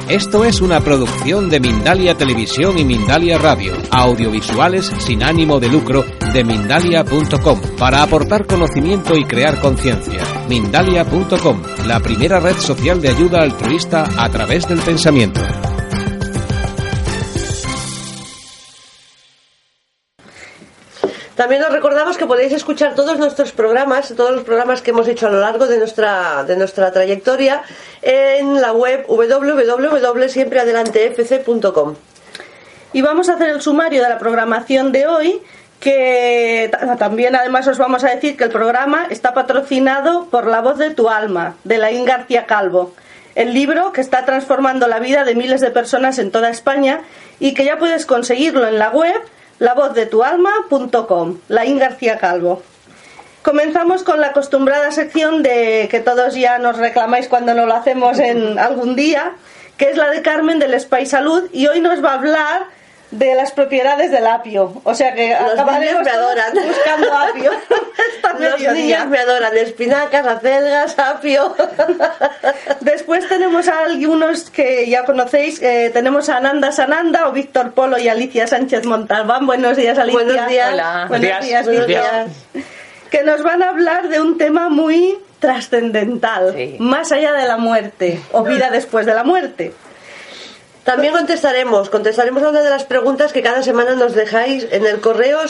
Esto es una producción de Mindalia Televisión y Mindalia Radio, audiovisuales sin ánimo de lucro de Mindalia.com, para aportar conocimiento y crear conciencia. Mindalia.com, la primera red social de ayuda altruista a través del pensamiento. También os recordamos que podéis escuchar todos nuestros programas, todos los programas que hemos hecho a lo largo de nuestra trayectoria en la web www.siempreadelantefc.com. Y vamos a hacer el sumario de la programación de hoy, que también además os vamos a decir que el programa está patrocinado por La Voz de tu Alma, de Laín García Calvo, el libro que está transformando la vida de miles de personas en toda España y que ya puedes conseguirlo en la web lavozdetualma.com, Laín García Calvo. Comenzamos con la acostumbrada sección de que todos ya nos reclamáis cuando no lo hacemos en algún día, que es la de Carmen del Spa y Salud, y hoy nos va a hablar de las propiedades del apio. O sea que los niños me adoran buscando apio. Los niños me adoran, espinacas, acelgas, apio. Después tenemos a algunos que ya conocéis. Tenemos a Ananda Sananda o Víctor Polo y Alicia Sánchez Montalbán. Buenos días, Alicia. Buenos días. Hola. Buenos días, Alicia. Que nos van a hablar de un tema muy trascendental, sí, más allá de la muerte o vida después de la muerte. También contestaremos a una de las preguntas que cada semana nos dejáis en el correo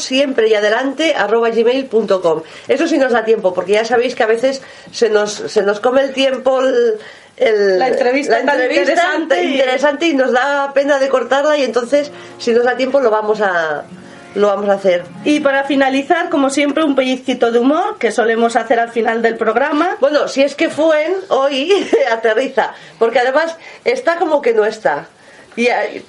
siempreyadelante@gmail.com. Eso sí nos da tiempo, porque ya sabéis que a veces se nos come el tiempo la entrevista interesante y nos da pena de cortarla, y entonces si nos da tiempo lo vamos a hacer. Y para finalizar, como siempre, un pellizquito de humor que solemos hacer al final del programa. Bueno, si es que Fuen hoy aterriza, porque además está como que no está. Y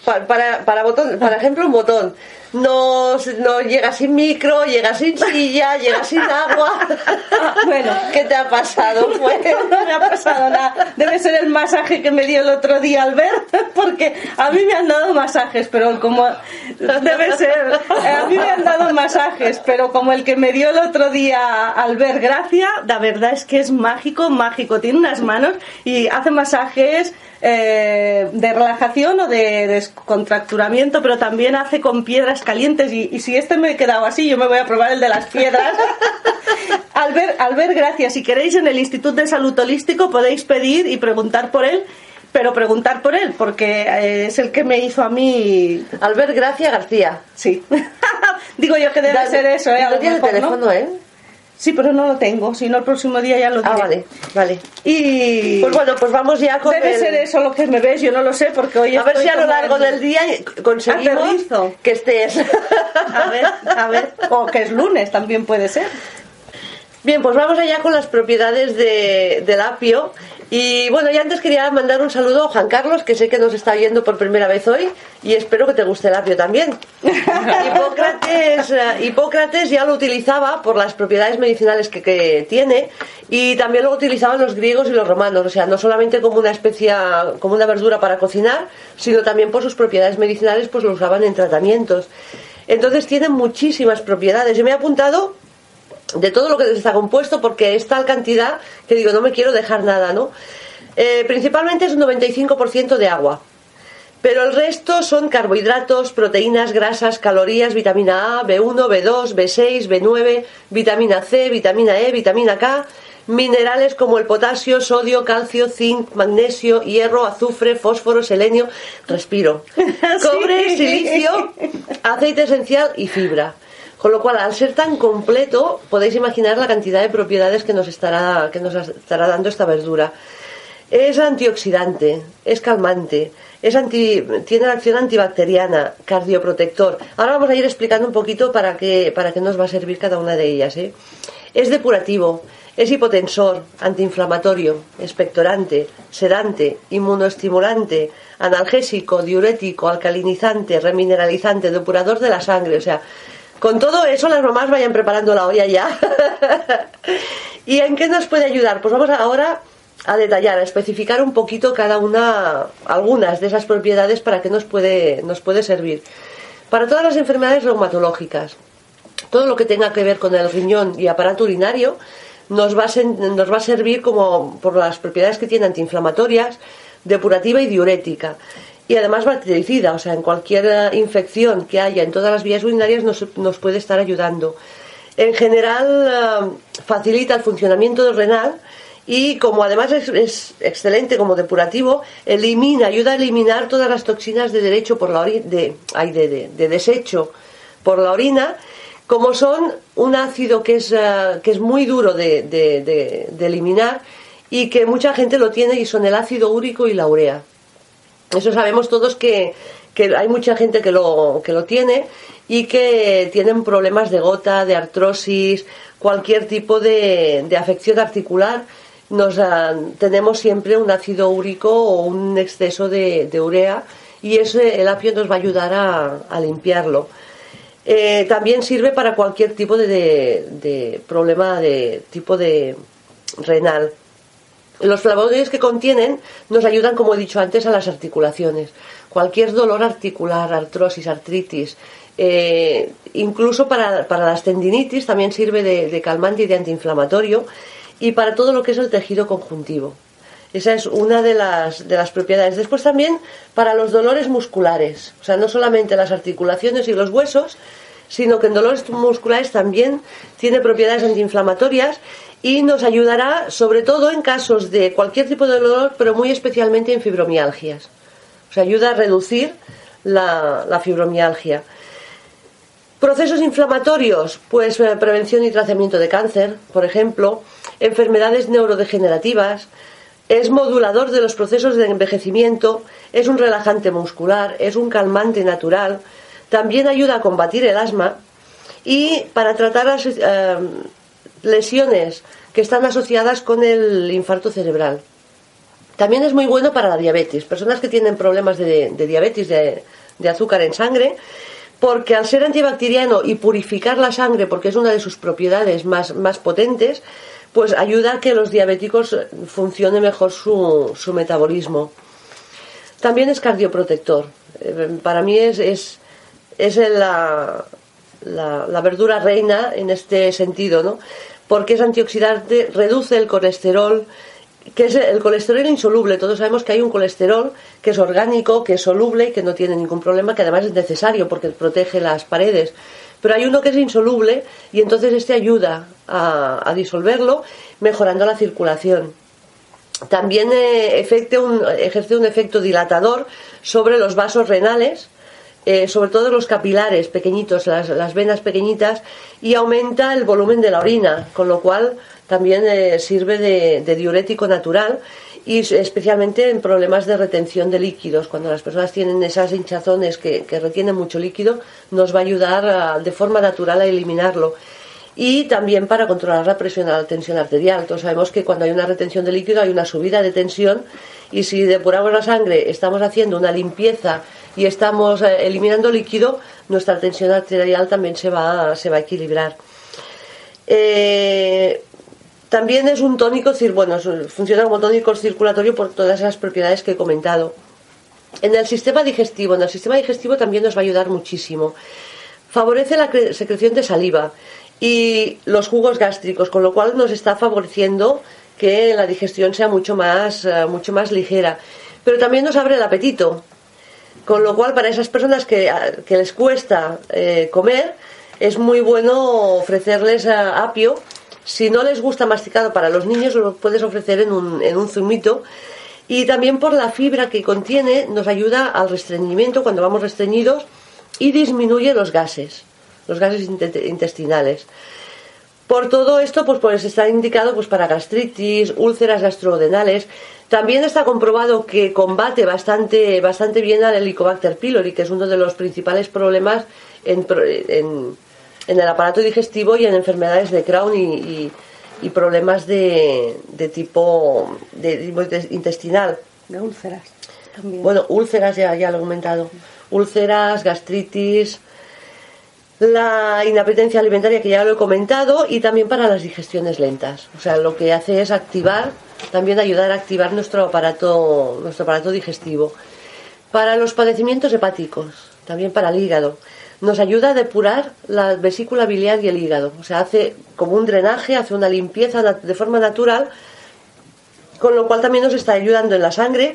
para ejemplo, un botón no llega sin micro, llega sin silla, llega sin agua. Bueno, ¿qué te ha pasado? Pues no me ha pasado nada. Debe ser el masaje que me dio el otro día Albert, porque a mí me han dado masajes, pero como debe ser, a mí me han dado masajes, pero como el que me dio el otro día Albert Gracia, la verdad es que es mágico. Tiene unas manos y hace masajes de relajación o de descontracturamiento, pero también hace con piedras calientes, y si me he quedado así, yo me voy a probar el de las piedras. Albert, gracias. Si queréis, en el Instituto de Salud Holístico podéis pedir y preguntar por él, pero preguntar por él, porque es el que me hizo a mí. Albert Gracia García. Sí. Digo yo que debe ser eso, ¿No tiene teléfono, no? Sí, pero no lo tengo, si no el próximo día ya lo diré. Vale. Y pues bueno, pues vamos ya con debe ser eso lo que me ves, yo no lo sé, porque hoy a ver si a lo largo del día conseguimos que estés. A ver, o que es lunes, también puede ser. Bien, pues vamos allá con las propiedades del apio. Y bueno, ya antes quería mandar un saludo a Juan Carlos, que sé que nos está viendo por primera vez hoy, y espero que te guste el apio también. Hipócrates ya lo utilizaba por las propiedades medicinales que tiene, y también lo utilizaban los griegos y los romanos, o sea, no solamente como una especia, como una verdura para cocinar, sino también por sus propiedades medicinales, pues lo usaban en tratamientos. Entonces tiene muchísimas propiedades. Yo me he apuntado de todo lo que está compuesto, porque es tal cantidad que digo, no me quiero dejar nada, ¿no? Principalmente es un 95% de agua, pero el resto son carbohidratos, proteínas, grasas, calorías, vitamina A, B1, B2, B6, B9, vitamina C, vitamina E, vitamina K, minerales como el potasio, sodio, calcio, zinc, magnesio, hierro, azufre, fósforo, selenio, respiro, cobre, silicio, aceite esencial y fibra. Con lo cual, al ser tan completo, podéis imaginar la cantidad de propiedades que nos estará dando esta verdura. Es antioxidante, es calmante, tiene acción antibacteriana, cardioprotector. Ahora vamos a ir explicando un poquito para qué nos va a servir cada una de ellas, ¿eh? Es depurativo, es hipotensor, antiinflamatorio, expectorante, sedante, inmunoestimulante, analgésico, diurético, alcalinizante, remineralizante, depurador de la sangre, o sea, con todo eso las mamás vayan preparando la olla ya. ¿Y en qué nos puede ayudar? Pues vamos ahora a detallar, a especificar un poquito algunas de esas propiedades para qué nos puede servir. Para todas las enfermedades reumatológicas, todo lo que tenga que ver con el riñón y aparato urinario nos va a servir como por las propiedades que tiene antiinflamatorias, depurativa y diurética. Y además bactericida, o sea, en cualquier infección que haya en todas las vías urinarias nos puede estar ayudando. En general, facilita el funcionamiento del renal y como además es excelente como depurativo, ayuda a eliminar todas las toxinas de desecho por la por la orina, como son un ácido que es muy duro de eliminar y que mucha gente lo tiene, y son el ácido úrico y la urea. Eso sabemos todos que hay mucha gente que lo tiene y que tienen problemas de gota, de artrosis, cualquier tipo de afección articular. Tenemos siempre un ácido úrico o un exceso de urea, y el apio nos va a ayudar a limpiarlo. También sirve para cualquier tipo de problema de tipo de renal. Los flavonoides que contienen nos ayudan, como he dicho antes, a las articulaciones. Cualquier dolor articular, artrosis, artritis, incluso para las tendinitis también sirve de calmante y de antiinflamatorio, y para todo lo que es el tejido conjuntivo. Esa es una de las propiedades. Después también para los dolores musculares, o sea, no solamente las articulaciones y los huesos, sino que en dolores musculares también tiene propiedades antiinflamatorias y nos ayudará sobre todo en casos de cualquier tipo de dolor, pero muy especialmente en fibromialgias. O sea, ayuda a reducir la fibromialgia. Procesos inflamatorios, pues prevención y tratamiento de cáncer, por ejemplo, enfermedades neurodegenerativas, es modulador de los procesos de envejecimiento, es un relajante muscular, es un calmante natural, también ayuda a combatir el asma y para tratar las lesiones que están asociadas con el infarto cerebral. También es muy bueno para la diabetes, personas que tienen problemas de diabetes, de azúcar en sangre, porque al ser antibacteriano y purificar la sangre, porque es una de sus propiedades más potentes, pues ayuda a que los diabéticos funcione mejor su metabolismo. También es cardioprotector. Para mí es la verdura reina en este sentido, ¿no? Porque es antioxidante, reduce el colesterol, que es el colesterol insoluble. Todos sabemos que hay un colesterol que es orgánico, que es soluble y que no tiene ningún problema, que además es necesario porque protege las paredes. Pero hay uno que es insoluble y entonces este ayuda a disolverlo, mejorando la circulación. También ejerce un efecto dilatador sobre los vasos renales, sobre todo los capilares pequeñitos, las venas pequeñitas, y aumenta el volumen de la orina, con lo cual también sirve de diurético natural, y especialmente en problemas de retención de líquidos. Cuando las personas tienen esas hinchazones que retienen mucho líquido, nos va a ayudar de forma natural a eliminarlo. Y también para controlar la presión, la tensión arterial. Todos sabemos que cuando hay una retención de líquido hay una subida de tensión, y si depuramos la sangre, estamos haciendo una limpieza y estamos eliminando líquido, nuestra tensión arterial también se va a equilibrar. También es un tónico, funciona como tónico circulatorio por todas esas propiedades que he comentado. En el sistema digestivo también nos va a ayudar muchísimo. Favorece la secreción de saliva y los jugos gástricos, con lo cual nos está favoreciendo que la digestión sea mucho más ligera. Pero también nos abre el apetito, con lo cual para esas personas que les cuesta comer, es muy bueno ofrecerles apio. Si no les gusta masticado, para los niños lo puedes ofrecer en un zumito. Y también por la fibra que contiene nos ayuda al restreñimiento cuando vamos restreñidos y disminuye los gases intestinales. Por todo esto, pues está indicado para gastritis, úlceras gastrodenales. También está comprobado que combate bastante bien al Helicobacter pylori, que es uno de los principales problemas en el aparato digestivo y en enfermedades de Crohn y problemas de tipo intestinal. De úlceras también. Bueno, úlceras ya lo he comentado. Úlceras, gastritis, la inapetencia alimentaria, que ya lo he comentado, y también para las digestiones lentas. O sea, lo que hace es ayudar a activar nuestro aparato digestivo. Para los padecimientos hepáticos, también para el hígado, nos ayuda a depurar la vesícula biliar y el hígado. O sea, hace como un drenaje, hace una limpieza de forma natural, con lo cual también nos está ayudando en la sangre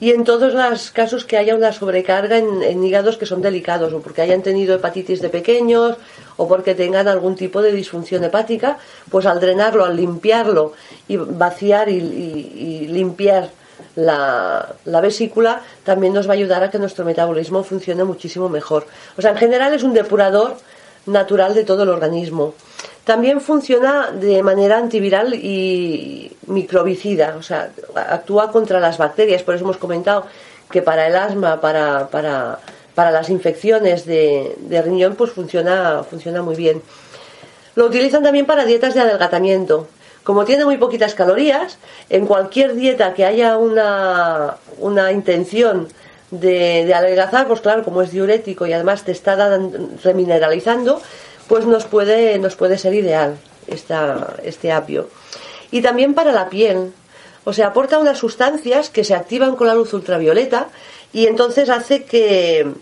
y en todos los casos que haya una sobrecarga en hígados que son delicados, o porque hayan tenido hepatitis de pequeños o porque tengan algún tipo de disfunción hepática, pues al drenarlo, al limpiarlo y vaciar y limpiar la vesícula, también nos va a ayudar a que nuestro metabolismo funcione muchísimo mejor. O sea, en general es un depurador natural de todo el organismo. También funciona de manera antiviral y microbicida, o sea, actúa contra las bacterias. Por eso hemos comentado que para el asma, para las infecciones de riñón, pues funciona muy bien. Lo utilizan también para dietas de adelgazamiento. Como tiene muy poquitas calorías, en cualquier dieta que haya una intención de adelgazar, pues claro, como es diurético y además te está remineralizando, pues nos puede ser ideal este apio. Y también para la piel, o sea, aporta unas sustancias que se activan con la luz ultravioleta y entonces hace que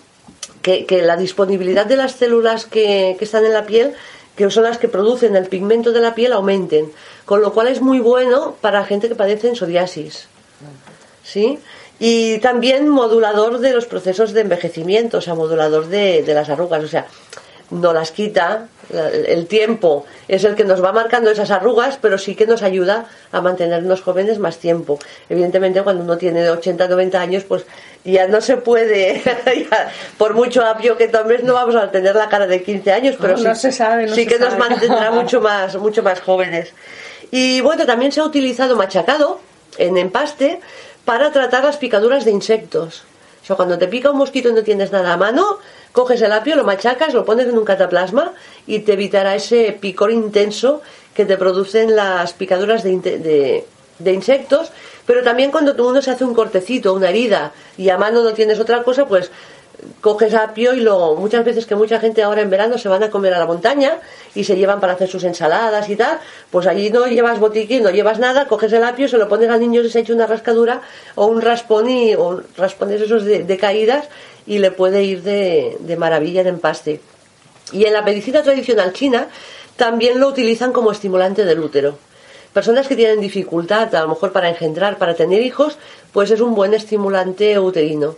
la disponibilidad de las células que están en la piel, que son las que producen el pigmento de la piel, aumenten, con lo cual es muy bueno para la gente que padece en psoriasis, ¿sí? Y también modulador de los procesos de envejecimiento, o sea, modulador de las arrugas, o sea, no las quita, el tiempo es el que nos va marcando esas arrugas, pero sí que nos ayuda a mantenernos jóvenes más tiempo. Evidentemente, cuando uno tiene 80, 90 años, pues ya no se puede, por mucho apio que tomes, no vamos a tener la cara de 15 años, pero sí que nos mantendrá mucho más jóvenes. Y bueno, también se ha utilizado machacado en empaste para tratar las picaduras de insectos. O sea, cuando te pica un mosquito y no tienes nada a mano, coges el apio, lo machacas, lo pones en un cataplasma y te evitará ese picor intenso que te producen las picaduras de insectos. Pero también cuando uno se hace un cortecito, una herida, y a mano no tienes otra cosa, pues coges apio y muchas veces que mucha gente ahora en verano se van a comer a la montaña y se llevan para hacer sus ensaladas y tal, pues allí no llevas botiquín, no llevas nada, coges el apio, se lo pones al niño y se echa una rascadura o un raspón o raspones esos de caídas y le puede ir de maravilla en empaste. Y en la medicina tradicional china también lo utilizan como estimulante del útero. Personas que tienen dificultad, a lo mejor para engendrar, para tener hijos, pues es un buen estimulante uterino.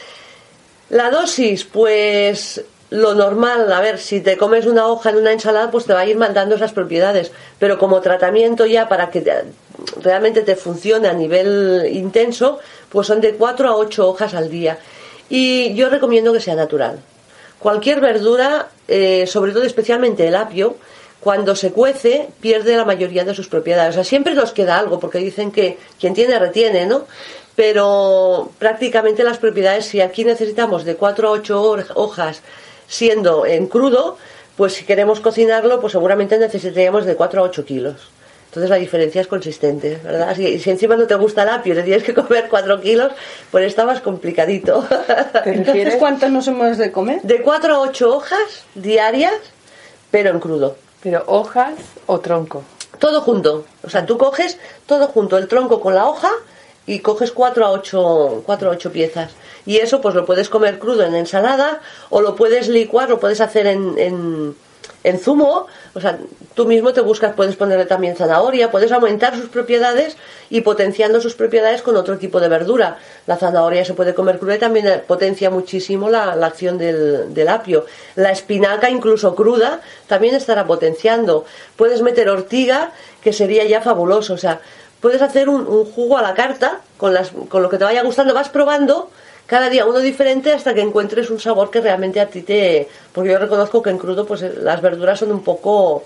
La dosis, pues lo normal, a ver, si te comes una hoja en una ensalada, pues te va a ir mandando esas propiedades, pero como tratamiento ya para que realmente te funcione a nivel intenso, pues son de 4 a 8 hojas al día. Y yo recomiendo que sea natural. Cualquier verdura, sobre todo especialmente el apio, cuando se cuece pierde la mayoría de sus propiedades. O sea, siempre nos queda algo, porque dicen que quien tiene retiene, ¿no? Pero prácticamente las propiedades, si aquí necesitamos de 4 a 8 hojas siendo en crudo, pues si queremos cocinarlo, pues seguramente necesitaríamos de 4 a 8 kilos. Entonces la diferencia es consistente, ¿verdad? Si encima no te gusta el apio y le tienes que comer 4 kilos, pues está más complicadito. Entonces, ¿cuántos nos hemos de comer? De 4 a 8 hojas diarias, pero en crudo. ¿Pero hojas o tronco? Todo junto. O sea, tú coges todo junto, el tronco con la hoja, y coges 4 a 8 piezas. Y eso pues lo puedes comer crudo en ensalada o lo puedes licuar, lo puedes hacer en zumo. O sea, tú mismo te buscas, puedes ponerle también zanahoria, puedes aumentar sus propiedades y potenciando sus propiedades con otro tipo de verdura. La zanahoria se puede comer cruda y también potencia muchísimo la acción del apio. La espinaca, incluso cruda, también estará potenciando. Puedes meter ortiga, que sería ya fabuloso. O sea, puedes hacer un jugo a la carta con lo que te vaya gustando, vas probando cada día uno diferente hasta que encuentres un sabor que realmente a ti porque yo reconozco que en crudo pues las verduras son un poco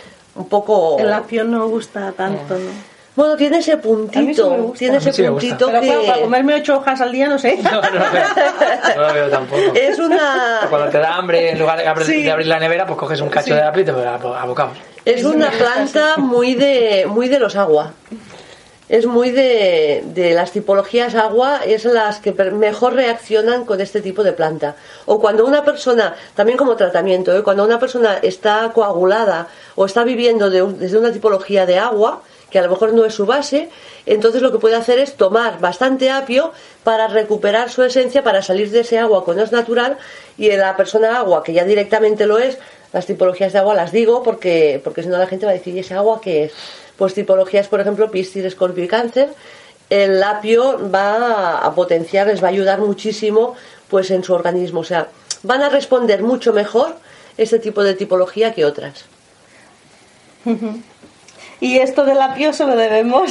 el apio no gusta tanto, ¿no? Bueno, tiene ese puntito, tiene ese puntito pero que... para comerme 8 hojas al día, no sé. No lo veo tampoco. Es una... Cuando te da hambre, en lugar de abrir la nevera, pues coges un cacho de apio y te abocamos. Es una planta muy de los agua. Es muy de las tipologías agua, es las que mejor reaccionan con este tipo de planta. O cuando una persona, también como tratamiento, cuando una persona está coagulada o está viviendo desde una tipología de agua, que a lo mejor no es su base, entonces lo que puede hacer es tomar bastante apio para recuperar su esencia, para salir de ese agua cuando es natural, y en la persona agua, que ya directamente lo es, las tipologías de agua las digo porque si no la gente va a decir, ¿y esa agua qué es? Pues tipologías, por ejemplo, Piscis, Escorpio y Cáncer, el apio va a potenciar, les va a ayudar muchísimo pues en su organismo. O sea, van a responder mucho mejor este tipo de tipología que otras. Y esto del apio se lo debemos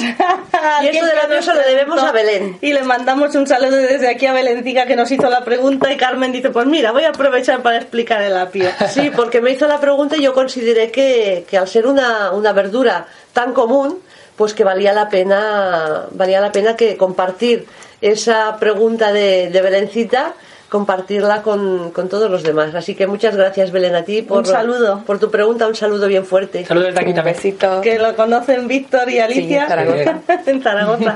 a Belén. Y le mandamos un saludo desde aquí a Belencica, que nos hizo la pregunta, y Carmen dice, pues mira, voy a aprovechar para explicar el apio. Sí, porque me hizo la pregunta y yo consideré que al ser una verdura tan común, pues que valía la pena que compartir esa pregunta de Belencita, compartirla con todos los demás. Así que muchas gracias, Belén, a ti un saludo por tu pregunta, un saludo bien fuerte. Saludos desde aquí también. Besito. Que lo conocen Víctor y Alicia. Sí, Zaragoza. En Zaragoza.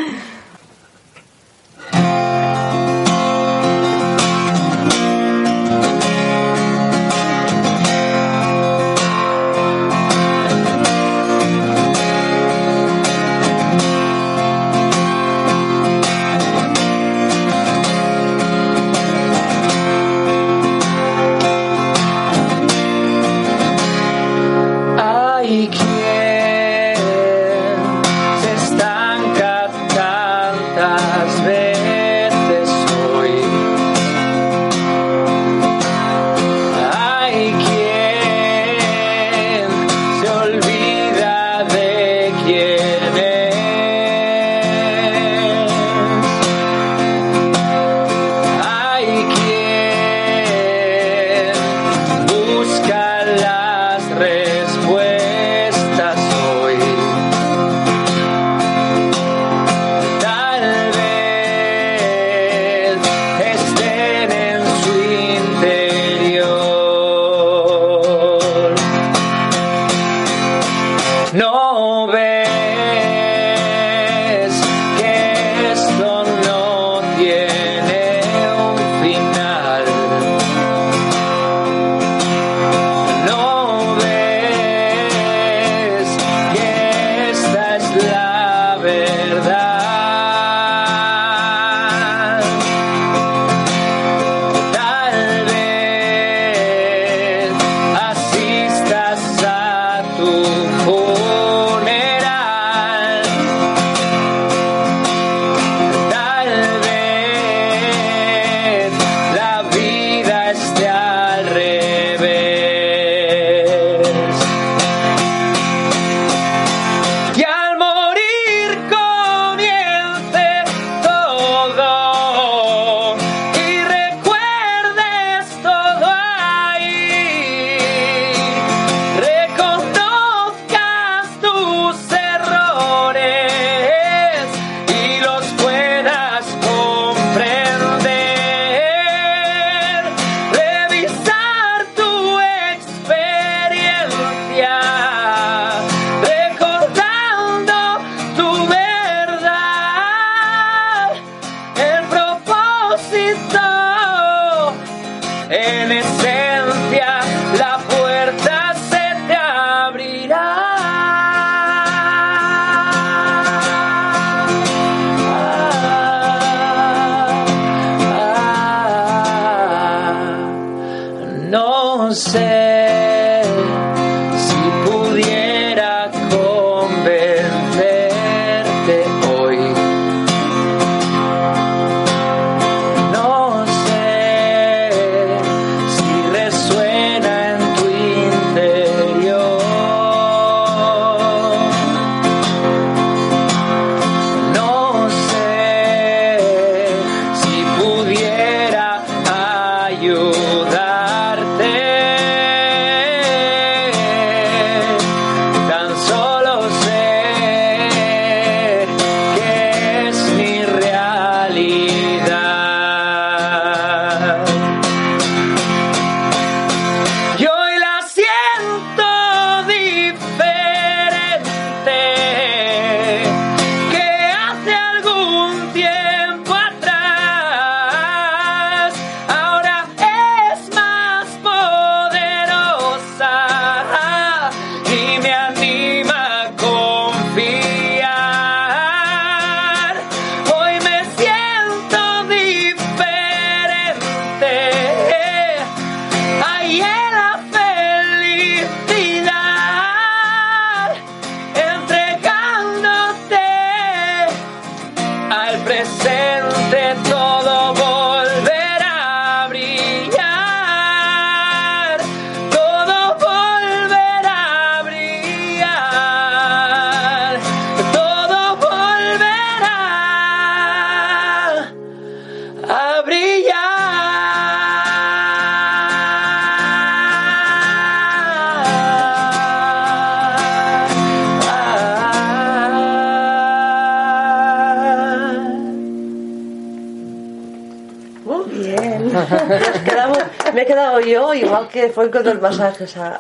Hay quien se estanca tantas veces hoy. Hay quien se olvida de quién es. Hay quien busca las respuestas hoy. Tal vez estén en su interior. No ves que esto no tiene un final. No ves que esta es la verdad. Tal vez asistas a tu funeral. Tal vez la vida esté al revés. Y al morir comience todo y recuerdes todo ahí. Reconozcas tus errores y los puedas comprender. Revisar tu experiencia, recordando tu verdad, el propósito, en esencia, la puerta se te abrirá. No sé si pudiera convencerte hoy. No sé si resuena en tu interior. No sé si pudiera ayudarte. Bien. Me he quedado yo igual que fue con los masajes a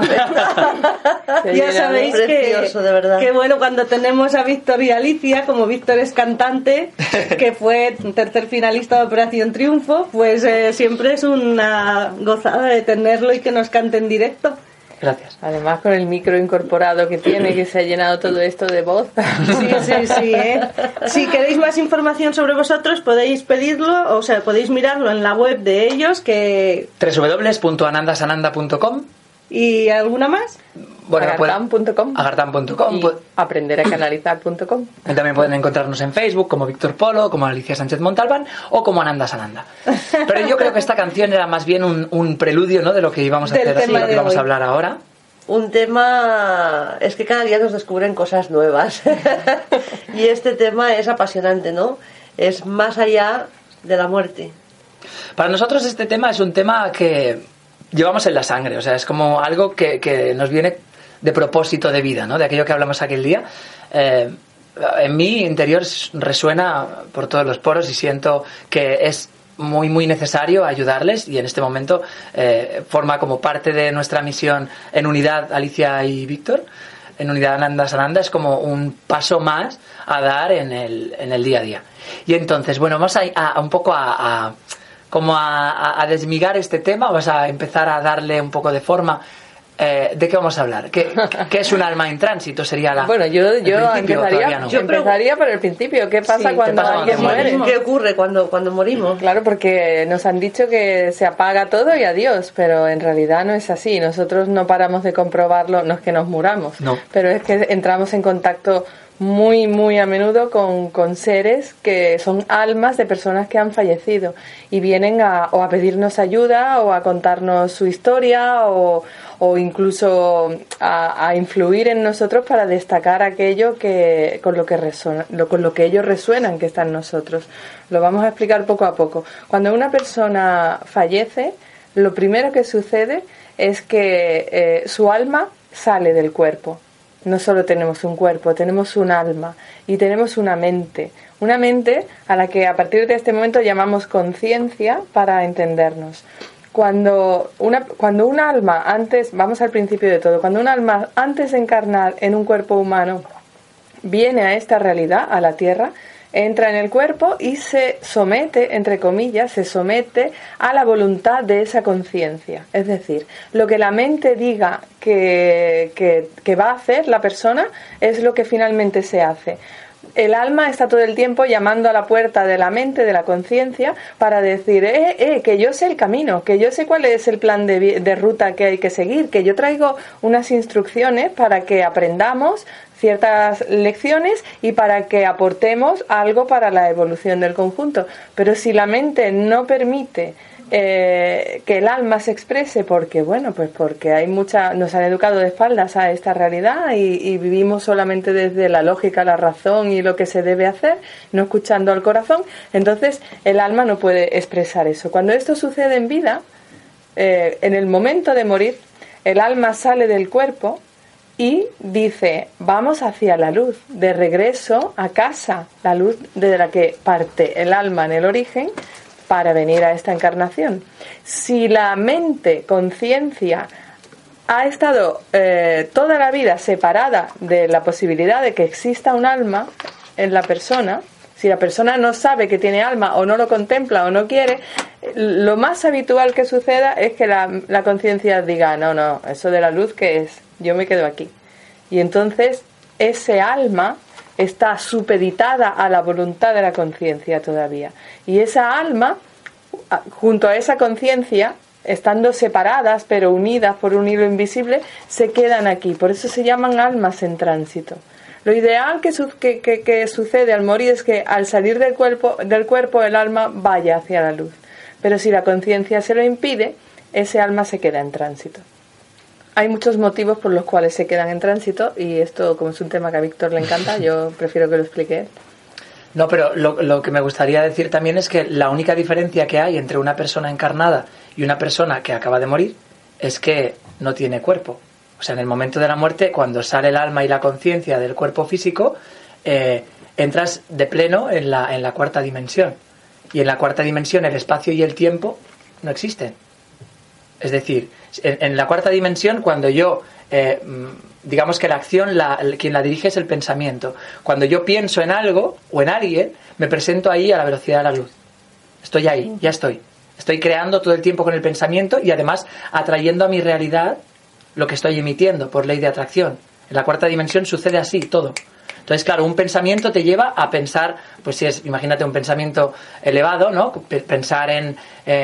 Ya sabéis precioso, de verdad. que bueno, cuando tenemos a Víctor y Alicia, como Víctor es cantante, que fue tercer finalista de Operación Triunfo, pues siempre es una gozada de tenerlo y que nos cante en directo. Gracias. Además, con el micro incorporado que tiene, que se ha llenado todo esto de voz. Sí. Si queréis más información sobre vosotros, podéis pedirlo, o sea, podéis mirarlo en la web de ellos, que... www.anandasananda.com. ¿Y alguna más? Bueno, Agartam.com. Agartam.com. Y aprenderacanalizar.com. También pueden encontrarnos en Facebook como Víctor Polo, como Alicia Sánchez Montalbán o como Ananda Sananda. Pero yo creo que esta canción era más bien un preludio, ¿no?, de lo que íbamos a hacer, así, de lo que vamos a hablar ahora. Un tema, es que cada día nos descubren cosas nuevas. Y este tema es apasionante, ¿no? Es más allá de la muerte. Para nosotros este tema es un tema que llevamos en la sangre, o sea, es como algo que nos viene de propósito de vida, ¿no?, de aquello que hablamos aquel día. En mi interior resuena por todos los poros y siento que es muy muy necesario ayudarles, y en este momento forma como parte de nuestra misión en unidad Alicia y Víctor, en unidad Ananda Sananda. Es como un paso más a dar en el día a día. Y entonces, bueno, vamos a un poco a desmigar este tema. Vamos a empezar a darle un poco de forma. ¿De qué vamos a hablar? ¿Qué es un alma en tránsito? Sería la... Bueno, yo empezaría, no. empezaría por el principio. ¿Qué pasa cuando alguien muere? ¿Qué ocurre cuando morimos? Claro, porque nos han dicho que se apaga todo y adiós, pero en realidad no es así. Nosotros no paramos de comprobarlo, no es que nos muramos, no, pero es que entramos en contacto muy, muy a menudo con seres que son almas de personas que han fallecido y vienen a pedirnos ayuda o a contarnos su historia o incluso a influir en nosotros para destacar aquello con lo que ellos resuenan que está en nosotros. Lo vamos a explicar poco a poco. Cuando una persona fallece, lo primero que sucede es que su alma sale del cuerpo. No solo tenemos un cuerpo, tenemos un alma y tenemos una mente a la que a partir de este momento llamamos conciencia para entendernos. Cuando un alma vamos al principio de todo, cuando un alma antes de encarnar en un cuerpo humano viene a esta realidad, a la Tierra, entra en el cuerpo y se somete, entre comillas, se somete a la voluntad de esa conciencia. Es decir, lo que la mente diga que va a hacer la persona es lo que finalmente se hace. El alma está todo el tiempo llamando a la puerta de la mente, de la conciencia, para decir, que yo sé el camino, que yo sé cuál es el plan de ruta que hay que seguir, que yo traigo unas instrucciones para que aprendamos ciertas lecciones y para que aportemos algo para la evolución del conjunto. Pero si la mente no permite que el alma se exprese, porque nos han educado de espaldas a esta realidad y vivimos solamente desde la lógica, la razón y lo que se debe hacer, no escuchando al corazón, entonces el alma no puede expresar eso. Cuando esto sucede en vida, en el momento de morir, el alma sale del cuerpo y dice, vamos hacia la luz, de regreso a casa, la luz de la que parte el alma en el origen, para venir a esta encarnación. Si la mente, conciencia, ha estado toda la vida separada de la posibilidad de que exista un alma en la persona, si la persona no sabe que tiene alma o no lo contempla o no quiere, lo más habitual que suceda es que la conciencia diga, no, eso de la luz, ¿qué es? Yo me quedo aquí. Y entonces ese alma está supeditada a la voluntad de la conciencia todavía. Y esa alma, junto a esa conciencia, estando separadas pero unidas por un hilo invisible, se quedan aquí. Por eso se llaman almas en tránsito. Lo ideal que sucede al morir es que al salir del cuerpo el alma vaya hacia la luz. Pero si la conciencia se lo impide, ese alma se queda en tránsito. Hay muchos motivos por los cuales se quedan en tránsito y esto, como es un tema que a Víctor le encanta, yo prefiero que lo explique él. No, pero lo que me gustaría decir también es que la única diferencia que hay entre una persona encarnada y una persona que acaba de morir es que no tiene cuerpo. O sea, en el momento de la muerte, cuando sale el alma y la conciencia del cuerpo físico, entras de pleno en la cuarta dimensión. Y en la cuarta dimensión el espacio y el tiempo no existen. Es decir, en la cuarta dimensión, cuando yo, digamos que la acción, quien la dirige es el pensamiento. Cuando yo pienso en algo o en alguien, me presento ahí a la velocidad de la luz. Estoy ahí, ya estoy. Estoy creando todo el tiempo con el pensamiento y además atrayendo a mi realidad lo que estoy emitiendo por ley de atracción. En la cuarta dimensión sucede así todo. Entonces, claro, un pensamiento te lleva a pensar, pues si es, imagínate un pensamiento elevado, ¿no? Pensar en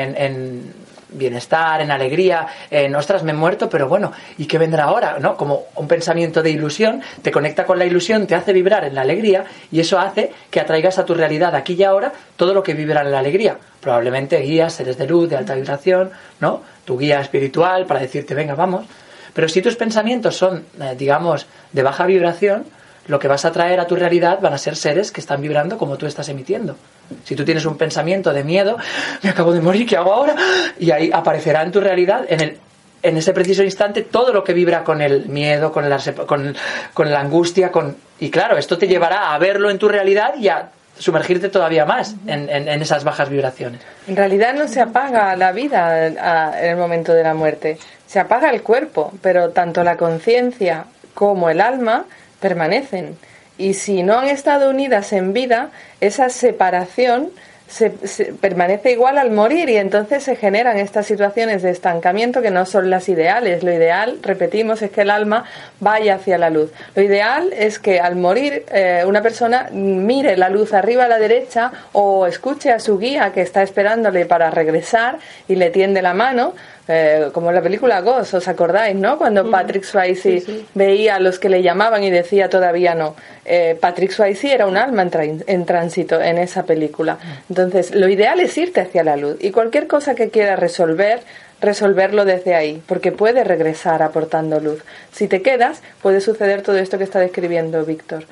bienestar, en alegría, en ostras, me he muerto, pero bueno, ¿y qué vendrá ahora? ¿No? Como un pensamiento de ilusión, te conecta con la ilusión, te hace vibrar en la alegría y eso hace que atraigas a tu realidad aquí y ahora todo lo que vibra en la alegría. Probablemente guías, seres de luz, de alta vibración, ¿no? Tu guía espiritual para decirte, venga, vamos. Pero si tus pensamientos son, digamos, de baja vibración, lo que vas a traer a tu realidad van a ser seres que están vibrando como tú estás emitiendo. Si tú tienes un pensamiento de miedo, me acabo de morir, ¿qué hago ahora? Y ahí aparecerá en tu realidad, en ese preciso instante, todo lo que vibra con el miedo, con la angustia, y claro, esto te llevará a verlo en tu realidad y a sumergirte todavía más en esas bajas vibraciones. En realidad no se apaga la vida en el momento de la muerte, se apaga el cuerpo, pero tanto la conciencia como el alma permanecen. Y si no han estado unidas en vida, esa separación se permanece igual al morir y entonces se generan estas situaciones de estancamiento que no son las ideales. Lo ideal, repetimos, es que el alma vaya hacia la luz. Lo ideal es que al morir una persona mire la luz arriba a la derecha o escuche a su guía que está esperándole para regresar y le tiende la mano. Como en la película Ghost, ¿os acordáis, no? Cuando Patrick Swayze veía a los que le llamaban y decía todavía no. Patrick Swayze era un alma en tránsito en esa película. Entonces, lo ideal es irte hacia la luz y cualquier cosa que quieras resolverlo desde ahí, porque puedes regresar aportando luz. Si te quedas, puede suceder todo esto que está describiendo Víctor.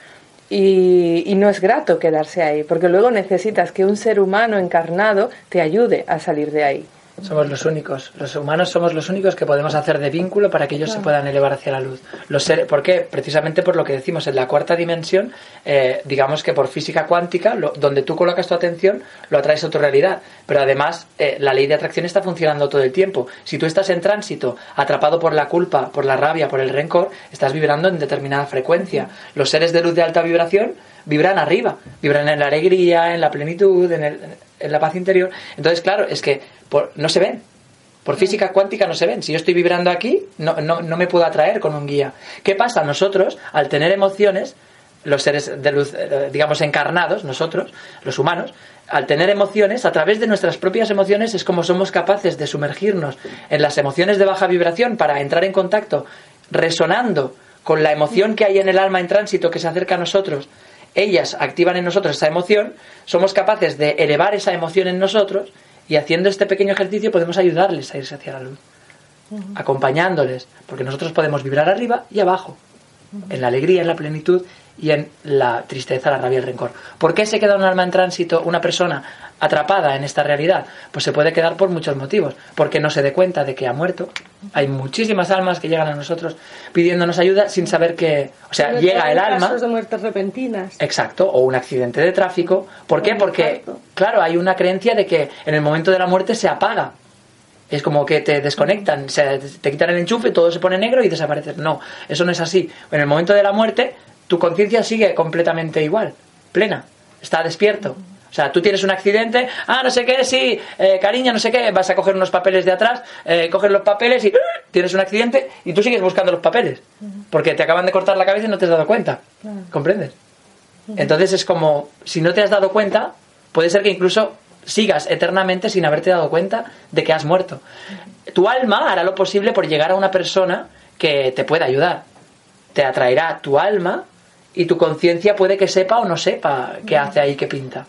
Y no es grato quedarse ahí, porque luego necesitas que un ser humano encarnado te ayude a salir de ahí. Somos los únicos, los humanos somos los únicos que podemos hacer de vínculo para que ellos se puedan elevar hacia la luz. ¿Por qué? Precisamente por lo que decimos, en la cuarta dimensión, digamos que por física cuántica, donde tú colocas tu atención, lo atraes a tu realidad. Pero además, la ley de atracción está funcionando todo el tiempo. Si tú estás en tránsito, atrapado por la culpa, por la rabia, por el rencor, estás vibrando en determinada frecuencia. Los seres de luz de alta vibración vibran arriba, vibran en la alegría, en la plenitud, en la paz interior. Entonces, claro, es que no se ven. Por física cuántica no se ven. Si yo estoy vibrando aquí, no me puedo atraer con un guía. ¿Qué pasa? Nosotros, al tener emociones, los seres de luz, digamos, encarnados, nosotros, los humanos, al tener emociones, a través de nuestras propias emociones es como somos capaces de sumergirnos en las emociones de baja vibración para entrar en contacto, resonando con la emoción que hay en el alma en tránsito que se acerca a nosotros. Ellas activan en nosotros esa emoción, somos capaces de elevar esa emoción en nosotros y haciendo este pequeño ejercicio podemos ayudarles a irse hacia la luz, acompañándoles, porque nosotros podemos vibrar arriba y abajo, en la alegría, en la plenitud y en la tristeza, la rabia y el rencor. ¿Por qué se queda un alma en tránsito, una persona atrapada en esta realidad? Pues se puede quedar por muchos motivos, porque no se dé cuenta de que ha muerto. Hay muchísimas almas que llegan a nosotros pidiéndonos ayuda sin saber que, o sea, pero llega el alma. Casos de muertes repentinas. Exacto, o un accidente de tráfico. ¿Por qué? Porque, claro, hay una creencia de que en el momento de la muerte se apaga. Es como que te desconectan, te quitan el enchufe, todo se pone negro y desapareces. No, eso no es así. En el momento de la muerte, tu conciencia sigue completamente igual, plena, está despierto. O sea, tú tienes un accidente, no sé qué, sí, cariño, no sé qué, vas a coger unos papeles de atrás, coges los papeles y tienes un accidente y tú sigues buscando los papeles, porque te acaban de cortar la cabeza y no te has dado cuenta, ¿comprendes? Entonces es como, si no te has dado cuenta, puede ser que incluso sigas eternamente sin haberte dado cuenta de que has muerto. Tu alma hará lo posible por llegar a una persona que te pueda ayudar. Te atraerá tu alma y tu conciencia puede que sepa o no sepa qué hace ahí, qué pinta.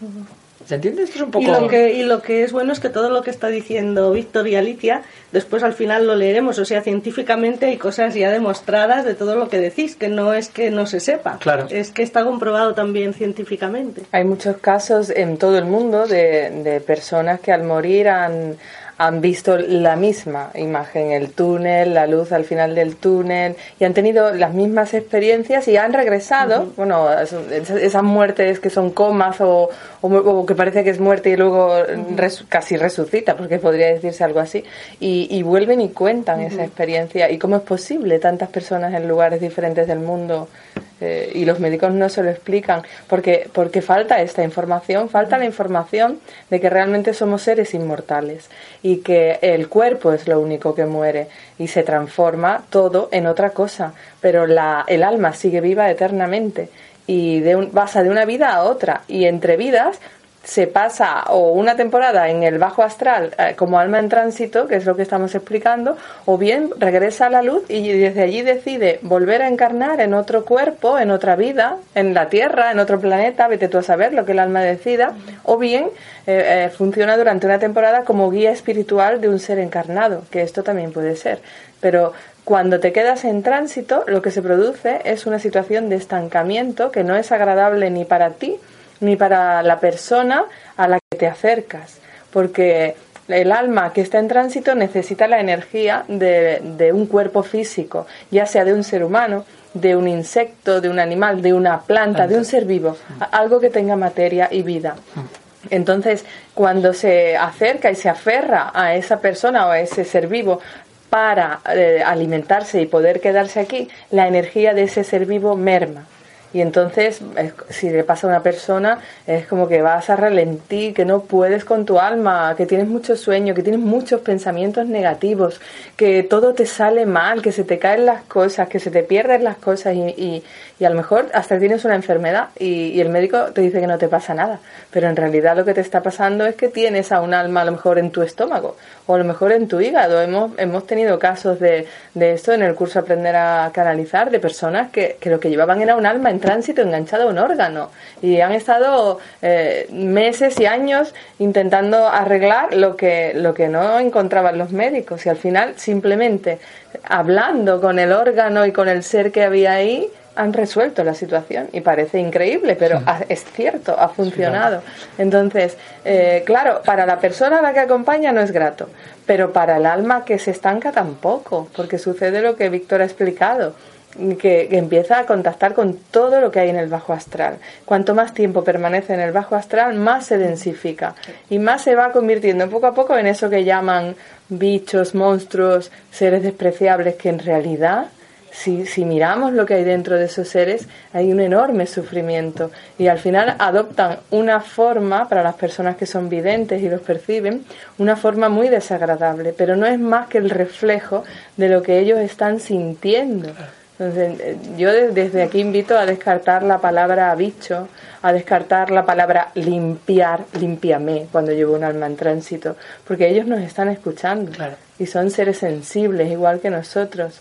¿Se entiende? Esto es un poco... Y lo que es bueno es que todo lo que está diciendo Víctor y Alicia, después al final lo leeremos. O sea, científicamente hay cosas ya demostradas de todo lo que decís, que no es que no se sepa. Claro. Es que está comprobado también científicamente. Hay muchos casos en todo el mundo de personas que al morir han han visto la misma imagen, el túnel, la luz al final del túnel, y han tenido las mismas experiencias y han regresado, bueno, esas muertes que son comas o que parece que es muerte y luego casi resucita, porque podría decirse algo así, y vuelven y cuentan esa experiencia. ¿Y cómo es posible tantas personas en lugares diferentes del mundo? Y los médicos no se lo explican porque falta esta información, falta la información de que realmente somos seres inmortales y que el cuerpo es lo único que muere y se transforma todo en otra cosa, pero el alma sigue viva eternamente y pasa de una vida a otra, y entre vidas se pasa o una temporada en el bajo astral como alma en tránsito, que es lo que estamos explicando, o bien regresa a la luz y desde allí decide volver a encarnar en otro cuerpo, en otra vida, en la Tierra, en otro planeta, vete tú a saber lo que el alma decida, o bien funciona durante una temporada como guía espiritual de un ser encarnado, que esto también puede ser. Pero cuando te quedas en tránsito, lo que se produce es una situación de estancamiento que no es agradable ni para ti ni para la persona a la que te acercas, porque el alma que está en tránsito necesita la energía de un cuerpo físico, ya sea de un ser humano, de un insecto, de un animal, de una planta, de un ser vivo, algo que tenga materia y vida. Entonces, cuando se acerca y se aferra a esa persona o a ese ser vivo para alimentarse y poder quedarse aquí, la energía de ese ser vivo merma. Y entonces, si le pasa a una persona, es como que vas a ralentí, que no puedes con tu alma, que tienes mucho sueño, que tienes muchos pensamientos negativos, que todo te sale mal, que se te caen las cosas, que se te pierden las cosas y a lo mejor hasta tienes una enfermedad y el médico te dice que no te pasa nada. Pero en realidad lo que te está pasando es que tienes a un alma a lo mejor en tu estómago o a lo mejor en tu hígado. Hemos tenido casos de esto en el curso Aprender a Canalizar, de personas que lo que llevaban era un alma en tránsito enganchado a un órgano y han estado meses y años intentando arreglar lo que no encontraban los médicos, y al final simplemente hablando con el órgano y con el ser que había ahí han resuelto la situación, y parece increíble, pero es cierto, ha funcionado. Entonces, claro, para la persona a la que acompaña no es grato, pero para el alma que se estanca tampoco, porque sucede lo que Víctor ha explicado, que empieza a contactar con todo lo que hay en el bajo astral. Cuanto más tiempo permanece en el bajo astral, más se densifica y más se va convirtiendo poco a poco en eso que llaman bichos, monstruos, seres despreciables, que en realidad, si miramos lo que hay dentro de esos seres, hay un enorme sufrimiento, y al final adoptan una forma, para las personas que son videntes y los perciben, una forma muy desagradable, pero no es más que el reflejo de lo que ellos están sintiendo. Entonces, yo desde aquí invito a descartar la palabra bicho, a descartar la palabra limpiar, límpiame, cuando llevo un alma en tránsito, porque ellos nos están escuchando, claro, y son seres sensibles igual que nosotros.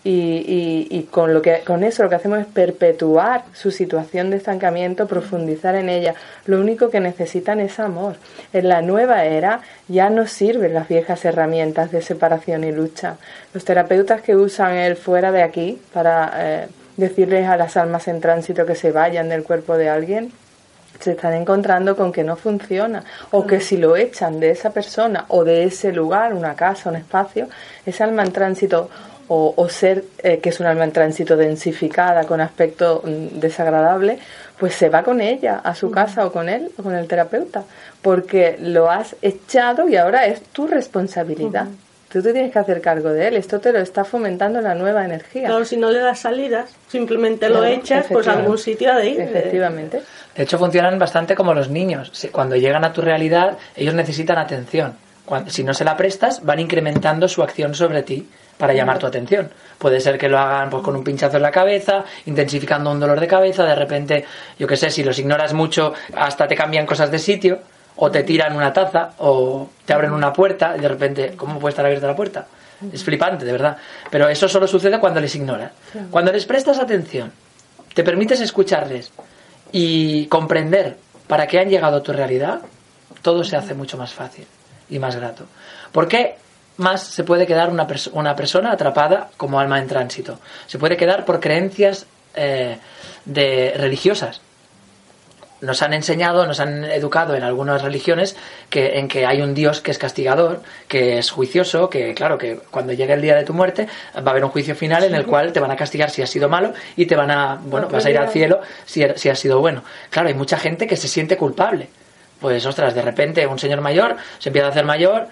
Y con eso lo que hacemos es perpetuar su situación de estancamiento, profundizar en ella. Lo único que necesitan es amor. En la nueva era ya no sirven las viejas herramientas de separación y lucha. Los terapeutas que usan el fuera de aquí para decirles a las almas en tránsito que se vayan del cuerpo de alguien, se están encontrando con que no funciona, o que si lo echan de esa persona o de ese lugar, una casa, un espacio, ese alma en tránsito o ser que es un alma en tránsito densificada con aspecto desagradable, pues se va con ella a su casa o con él o con el terapeuta, porque lo has echado y ahora es tu responsabilidad. Tú te tienes que hacer cargo de él. Esto te lo está fomentando la nueva energía. Claro, si no le das salidas, simplemente lo echas, pues a algún sitio ha de ir. Efectivamente. De hecho, funcionan bastante como los niños. Cuando llegan a tu realidad, ellos necesitan atención. Si no se la prestas, van incrementando su acción sobre ti para llamar tu atención. Puede ser que lo hagan pues con un pinchazo en la cabeza, intensificando un dolor de cabeza, de repente, yo qué sé, si los ignoras mucho, hasta te cambian cosas de sitio, o te tiran una taza, o te abren una puerta, y de repente, ¿cómo puede estar abierta la puerta? Es flipante, de verdad. Pero eso solo sucede cuando les ignoras. Cuando les prestas atención, te permites escucharles y comprender para qué han llegado a tu realidad, todo se hace mucho más fácil y más grato. ¿Por qué más se puede quedar una persona atrapada como alma en tránsito? Se puede quedar por creencias religiosas. nos han enseñado, nos han educado en algunas religiones en que hay un Dios que es castigador, que es juicioso, que claro, que cuando llegue el día de tu muerte va a haber un juicio final en el cual te van a castigar si has sido malo y te van a, bueno, vas a ir al cielo si has sido bueno. Claro, hay mucha gente que se siente culpable. Pues ostras, de repente un señor mayor se empieza a hacer mayor,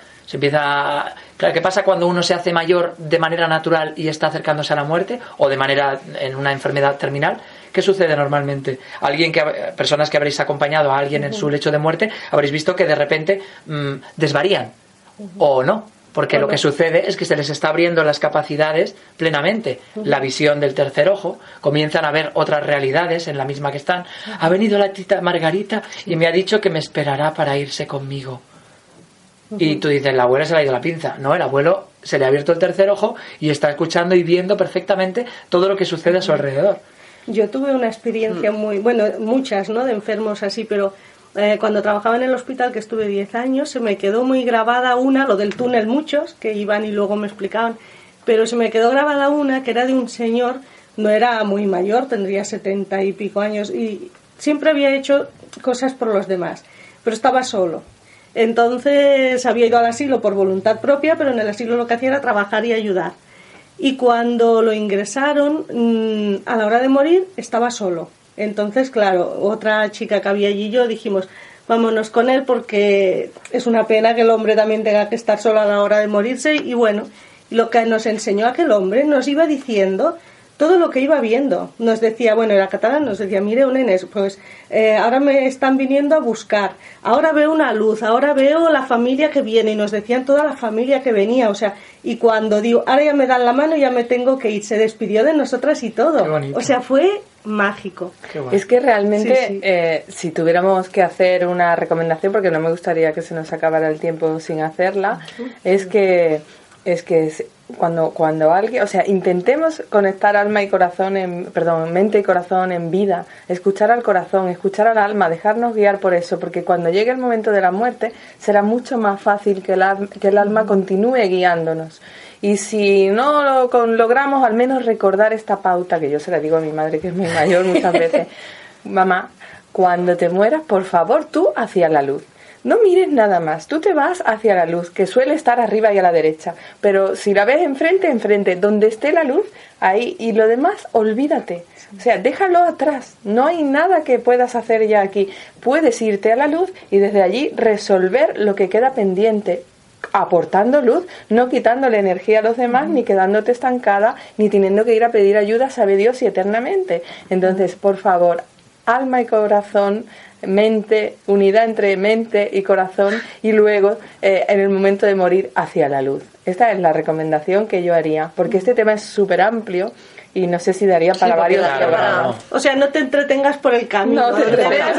Claro, ¿qué pasa cuando uno se hace mayor de manera natural y está acercándose a la muerte o de manera en una enfermedad terminal? ¿Qué sucede normalmente? Personas que habréis acompañado a alguien en su lecho de muerte, habréis visto que de repente desvarían o no, porque lo que sucede es que se les está abriendo las capacidades plenamente, la visión del tercer ojo, comienzan a ver otras realidades en la misma que están. Ha venido la tita Margarita y me ha dicho que me esperará para irse conmigo. Y tú dices, el abuelo se le ha ido la pinza. No, el abuelo se le ha abierto el tercer ojo y está escuchando y viendo perfectamente todo lo que sucede a su alrededor. Yo tuve una experiencia muchas, ¿no?, de enfermos así, pero cuando trabajaba en el hospital, que estuve 10 años, se me quedó muy grabada lo del túnel, muchos que iban y luego me explicaban, pero se me quedó grabada una que era de un señor, no era muy mayor, tendría 70 y pico años, y siempre había hecho cosas por los demás, pero estaba solo. Entonces había ido al asilo por voluntad propia, pero en el asilo lo que hacía era trabajar y ayudar. Y cuando lo ingresaron, a la hora de morir, estaba solo. Entonces, claro, otra chica que había allí y yo dijimos, vámonos con él porque es una pena que el hombre también tenga que estar solo a la hora de morirse. Y bueno, lo que nos enseñó aquel hombre nos iba diciendo todo lo que iba viendo. Nos decía, bueno, era catalán, nos decía, mire, nenes, pues ahora me están viniendo a buscar, ahora veo una luz, ahora veo la familia que viene, y nos decían toda la familia que venía, o sea, y cuando digo, ahora ya me dan la mano, ya me tengo que ir, se despidió de nosotras y todo. O sea, fue mágico. Es que realmente, sí. Si tuviéramos que hacer una recomendación, porque no me gustaría que se nos acabara el tiempo sin hacerla, es que cuando alguien, o sea, intentemos conectar alma y corazón, mente y corazón en vida, escuchar al corazón, escuchar al alma, dejarnos guiar por eso, porque cuando llegue el momento de la muerte será mucho más fácil que el alma continúe guiándonos. Y si no logramos al menos recordar esta pauta, que yo se la digo a mi madre, que es muy mayor muchas veces, mamá, cuando te mueras, por favor, tú hacia la luz. No mires nada más, tú te vas hacia la luz, que suele estar arriba y a la derecha, pero si la ves enfrente, donde esté la luz, ahí, y lo demás, olvídate. O sea, déjalo atrás, no hay nada que puedas hacer ya aquí. Puedes irte a la luz y desde allí resolver lo que queda pendiente, aportando luz, no quitándole energía a los demás, ni quedándote estancada, ni teniendo que ir a pedir ayuda, sabe Dios, y eternamente. Entonces, por favor, alma y corazón, mente, unidad entre mente y corazón, y luego en el momento de morir hacia la luz. Esta es la recomendación que yo haría, porque este tema es súper amplio y no sé si daría para varios programas. O sea, no te entretengas por el camino. No te entretengas.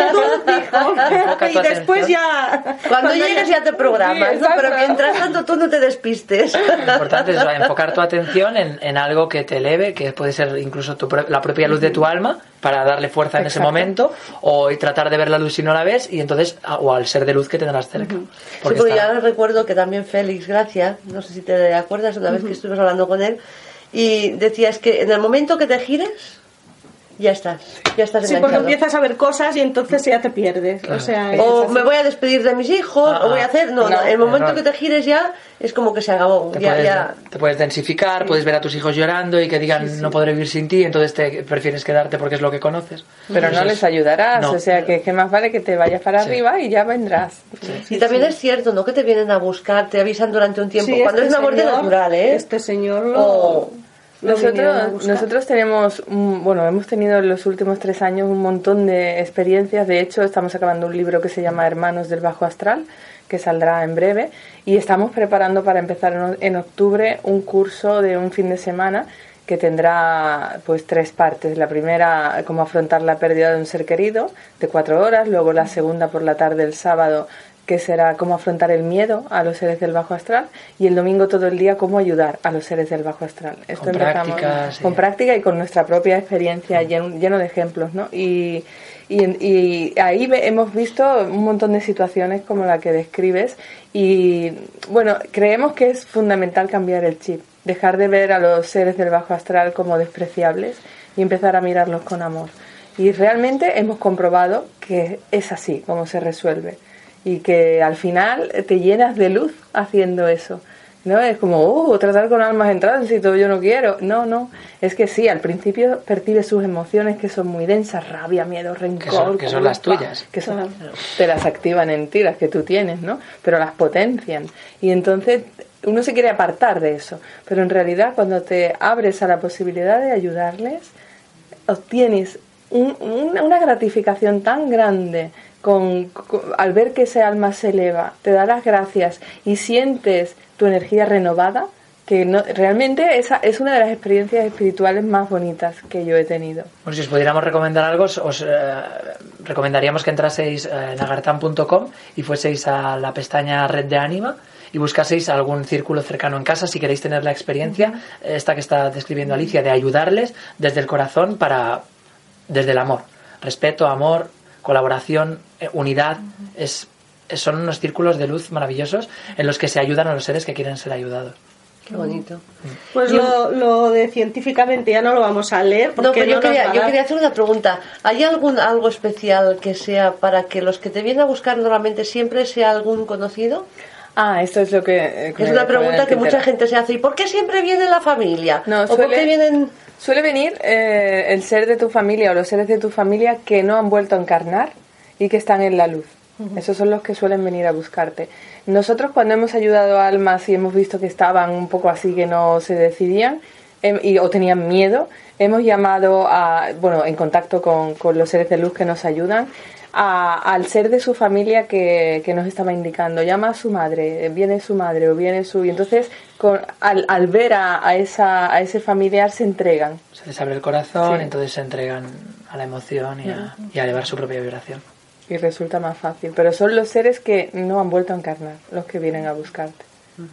Y después ya... Cuando llegues ya te programas, sí, ¿no? Pero mientras tanto tú no te despistes. Lo importante es enfocar tu atención en algo que te eleve, que puede ser incluso la propia luz de tu alma, para darle fuerza en ese momento, o tratar de ver la luz si no la ves, y entonces, o al ser de luz que tendrás cerca. Porque ya recuerdo que también Félix Gracia, no sé si te acuerdas, una vez que estuvimos hablando con él, y decías que en el momento que te gires ya estás enganchado. Sí, porque empiezas a ver cosas y entonces ya te pierdes. Claro. O me voy a despedir de mis hijos, o voy a hacer... No, el momento que te gires ya es como que se acabó. Te puedes densificar, puedes ver a tus hijos llorando y que digan no podré vivir sin ti, entonces te prefieres quedarte porque es lo que conoces. Pero no les ayudarás, o sea que más vale que te vayas para arriba y ya vendrás. Y también es cierto, ¿no?, que te vienen a buscar, te avisan durante un tiempo, cuando es una muerte natural, ¿eh? Este señor lo... Nosotros tenemos, hemos tenido en los últimos 3 años un montón de experiencias. De hecho, estamos acabando un libro que se llama Hermanos del Bajo Astral, que saldrá en breve, y estamos preparando para empezar en octubre un curso de un fin de semana que tendrá pues 3 partes. La primera, cómo afrontar la pérdida de un ser querido, de 4 horas, luego la segunda por la tarde el sábado, que será cómo afrontar el miedo a los seres del bajo astral, y el domingo todo el día cómo ayudar a los seres del bajo astral. Esto con práctica y con nuestra propia experiencia, lleno de ejemplos, ¿no? Y ahí hemos visto un montón de situaciones como la que describes, y bueno, creemos que es fundamental cambiar el chip, dejar de ver a los seres del bajo astral como despreciables y empezar a mirarlos con amor. Y realmente hemos comprobado que es así como se resuelve y que al final te llenas de luz haciendo eso. No es como, tratar con almas en tránsito, yo no quiero. No, es que sí, al principio percibes sus emociones que son muy densas, rabia, miedo, rencor. Que son las tuyas. Que te las activan en ti, las que tú tienes, ¿no? Pero las potencian. Y entonces uno se quiere apartar de eso. Pero en realidad cuando te abres a la posibilidad de ayudarles, obtienes una gratificación tan grande al ver que ese alma se eleva, te da las gracias y sientes tu energía renovada, que realmente esa es una de las experiencias espirituales más bonitas que yo he tenido. Bueno, si os pudiéramos recomendar algo, os recomendaríamos que entraseis en agartan.com y fueseis a la pestaña Red de Ánima y buscaseis algún círculo cercano en casa si queréis tener la experiencia, esta que está describiendo Alicia, de ayudarles desde el corazón desde el amor. Respeto, amor, colaboración, unidad, son unos círculos de luz maravillosos en los que se ayudan a los seres que quieren ser ayudados. Qué bonito. Pues lo de científicamente ya no lo vamos a leer. Porque yo quería hacer una pregunta. ¿Hay algo especial que sea para que los que te vienen a buscar normalmente siempre sea algún conocido? Esto es lo que... Es una pregunta que mucha gente se hace. ¿Y por qué siempre viene la familia? No, ¿O por qué vienen...? Suele venir el ser de tu familia o los seres de tu familia que no han vuelto a encarnar y que están en la luz. Esos son los que suelen venir a buscarte. Nosotros cuando hemos ayudado a almas y hemos visto que estaban un poco así, que no se decidían o tenían miedo, hemos llamado en contacto con los seres de luz que nos ayudan, al ser de su familia que nos estaba indicando, llama a su madre, viene su madre o viene su... Y entonces al ver a ese familiar se entregan. Se les abre el corazón, entonces se entregan a la emoción y a elevar su propia vibración. Y resulta más fácil. Pero son los seres que no han vuelto a encarnar los que vienen a buscarte.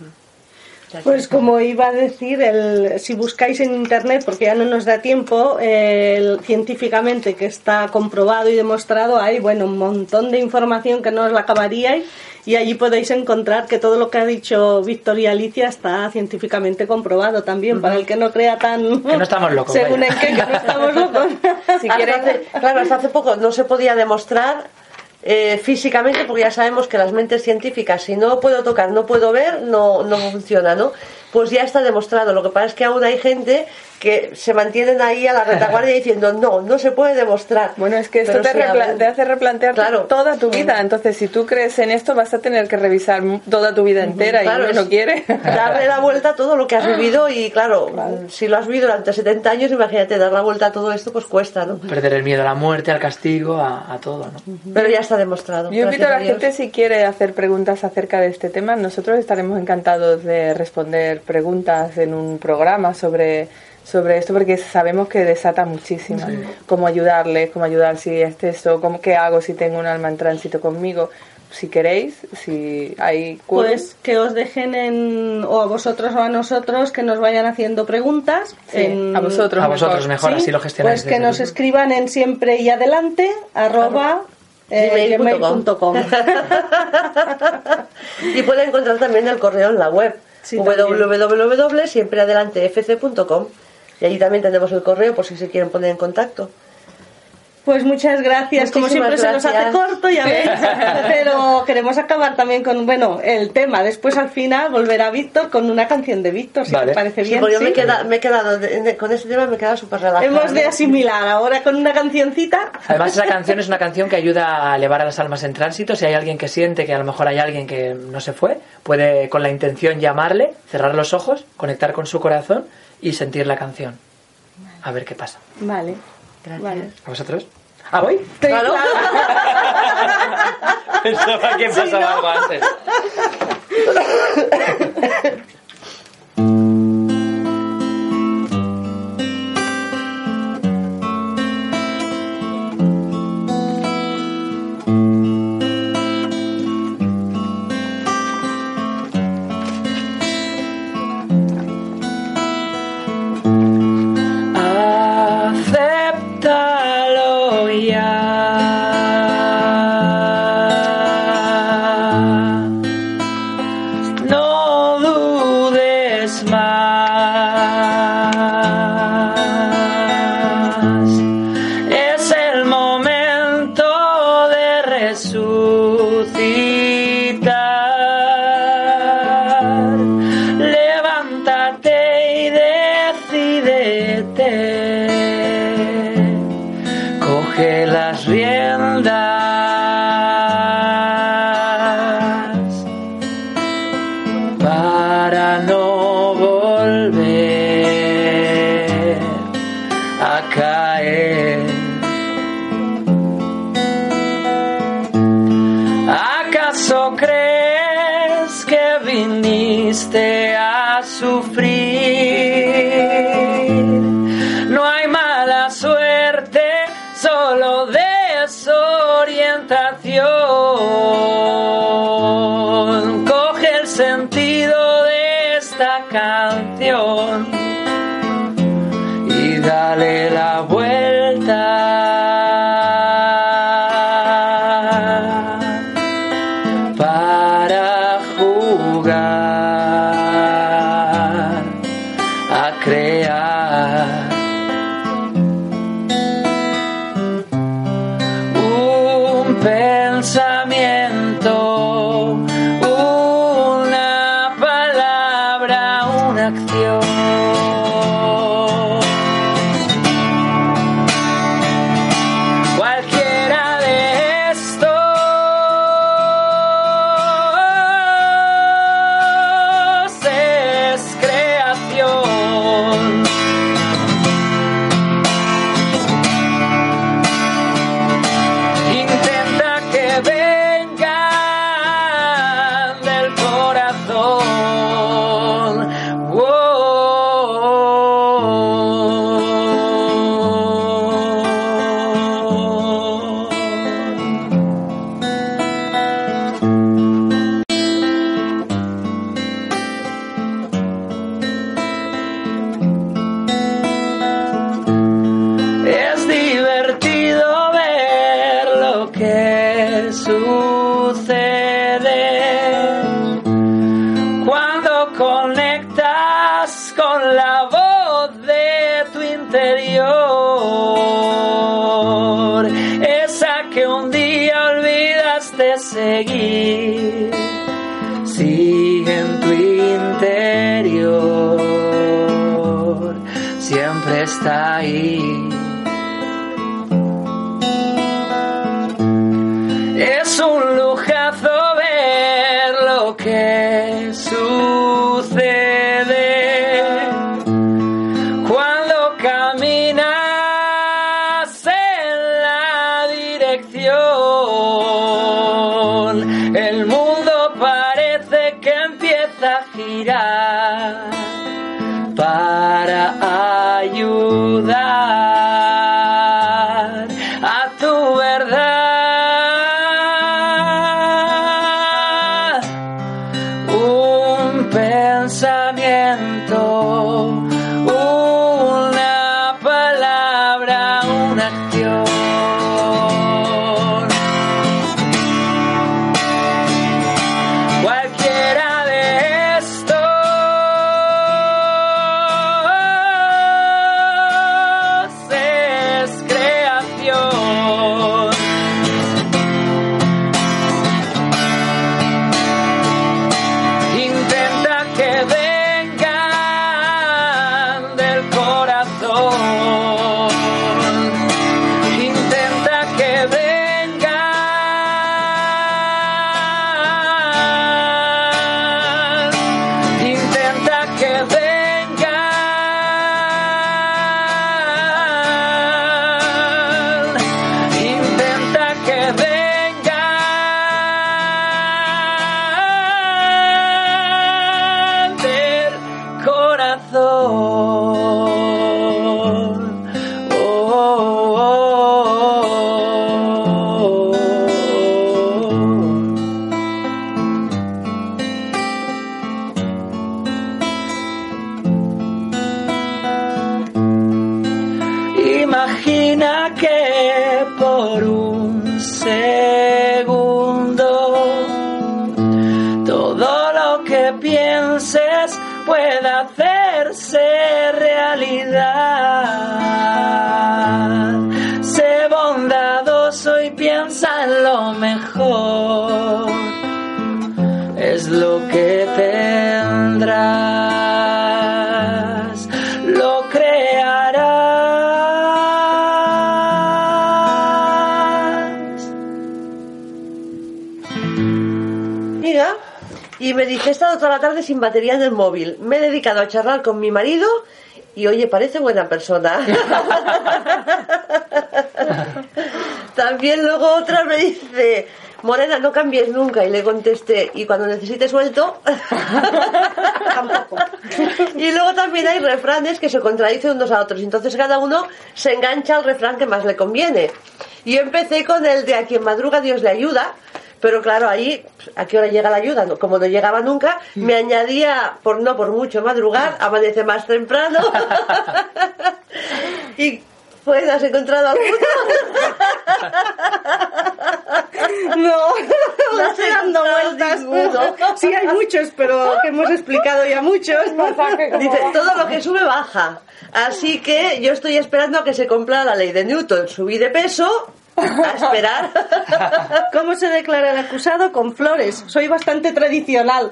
Pues como iba a decir, si buscáis en internet, porque ya no nos da tiempo, científicamente que está comprobado y demostrado, hay un montón de información que no os la acabaríais, y allí podéis encontrar que todo lo que ha dicho Víctor y Alicia está científicamente comprobado también, para el que no crea tan... Que no estamos locos. Según en que no estamos locos. Hasta hace poco no se podía demostrar físicamente, porque ya sabemos que las mentes científicas, si no puedo tocar, no puedo ver, no funciona, ¿no? Pues ya está demostrado. Lo que pasa es que aún hay gente que se mantienen ahí a la retaguardia diciendo no se puede demostrar. Bueno, es que esto te hace replantear toda tu vida. Entonces, si tú crees en esto, vas a tener que revisar toda tu vida entera y uno no quiere. Darle la vuelta a todo lo que has vivido y claro, si lo has vivido durante 70 años, imagínate, dar la vuelta a todo esto, pues cuesta, ¿no? Perder el miedo a la muerte, al castigo, a todo, ¿no? Pero ya está demostrado. Yo invito a la gente, si quiere hacer preguntas acerca de este tema, nosotros estaremos encantados de responder preguntas en un programa sobre esto, porque sabemos que desata muchísimo. Cómo ayudarles, cómo ayudar si esto, qué hago si tengo un alma en tránsito conmigo. Si queréis, si hay... Pues que os dejen o a vosotros o a nosotros, que nos vayan haciendo preguntas. A vosotros mejor, así lo gestionáis. Pues que nos escriban en siempre y adelante @gmail.com. Y pueden encontrar también el correo en la web, www.siempreadelantefc.com, y allí también tenemos el correo por si se quieren poner en contacto. Pues muchas gracias. Como siempre se nos hace corto, ya veis, pero queremos acabar también con el tema. Después al final volverá Víctor con una canción de Víctor, si te parece bien. Porque yo me he quedado con este tema, me he quedado súper relajada. Hemos de asimilar ahora con una cancioncita. Además, esa canción es una canción que ayuda a elevar a las almas en tránsito. Si hay alguien que siente que a lo mejor hay alguien que no se fue, puede con la intención llamarle, cerrar los ojos, conectar con su corazón y sentir la canción. A ver qué pasa. Vale. Gracias. Vale. ¿A vosotros? ¿Voy? Claro. Pensaba que pasaba algo antes. Acéptalo ya. viniste a sufrir. No hay mala suerte, solo desorientación. Coge el sentido de esta canción y dale la vuelta. Seguir, sigue en tu interior, siempre está ahí. Es un lujazo ver lo que sucede cuando caminas en la dirección. El mundo parece que empieza a girar para ayudar a tu verdad. Un pensamiento, una palabra, una acción. Imagina que por un segundo todo lo que pienses pueda hacerse realidad. Sé bondadoso y piensa en lo mejor. Es lo que tendrás, lo crearás. Y me dice, he estado toda la tarde sin batería en el móvil. Me he dedicado a charlar con mi marido y, oye, parece buena persona. También luego otra me dice, Morena, no cambies nunca. Y le contesté, y cuando necesite suelto, Tampoco. Y luego también hay refranes que se contradicen unos a otros. Entonces cada uno se engancha al refrán que más le conviene. Y yo empecé con el de a quien madruga Dios le ayuda. Pero claro, ahí, ¿a qué hora llega la ayuda? No, como no llegaba nunca, me añadía, por mucho madrugar, amanece más temprano. Y pues, ¿has encontrado alguno? No estoy dando vueltas. Sí, hay muchos, pero que hemos explicado ya muchos. Dice, todo lo que sube baja. Así que yo estoy esperando a que se cumpla la ley de Newton. Subí de peso, a esperar. ¿Cómo se declara el acusado? Con flores. Soy bastante tradicional.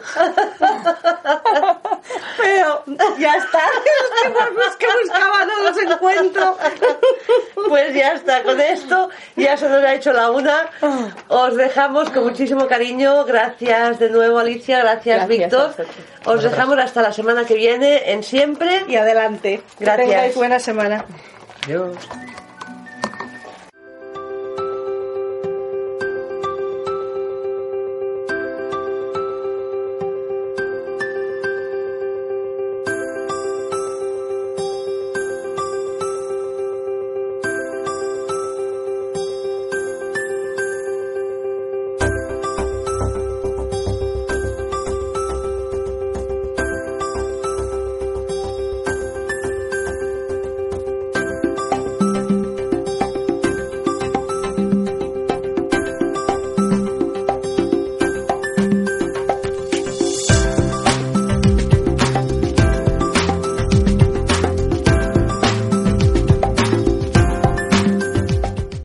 Pero ya está. Los que buscaba no los encuentro. Pues ya está, con esto ya se nos ha hecho la una. Os dejamos con muchísimo cariño. Gracias de nuevo, Alicia. Gracias Víctor. Os dejamos hasta la semana que viene en Siempre y adelante. Gracias. Que tengáis buena semana. Adiós.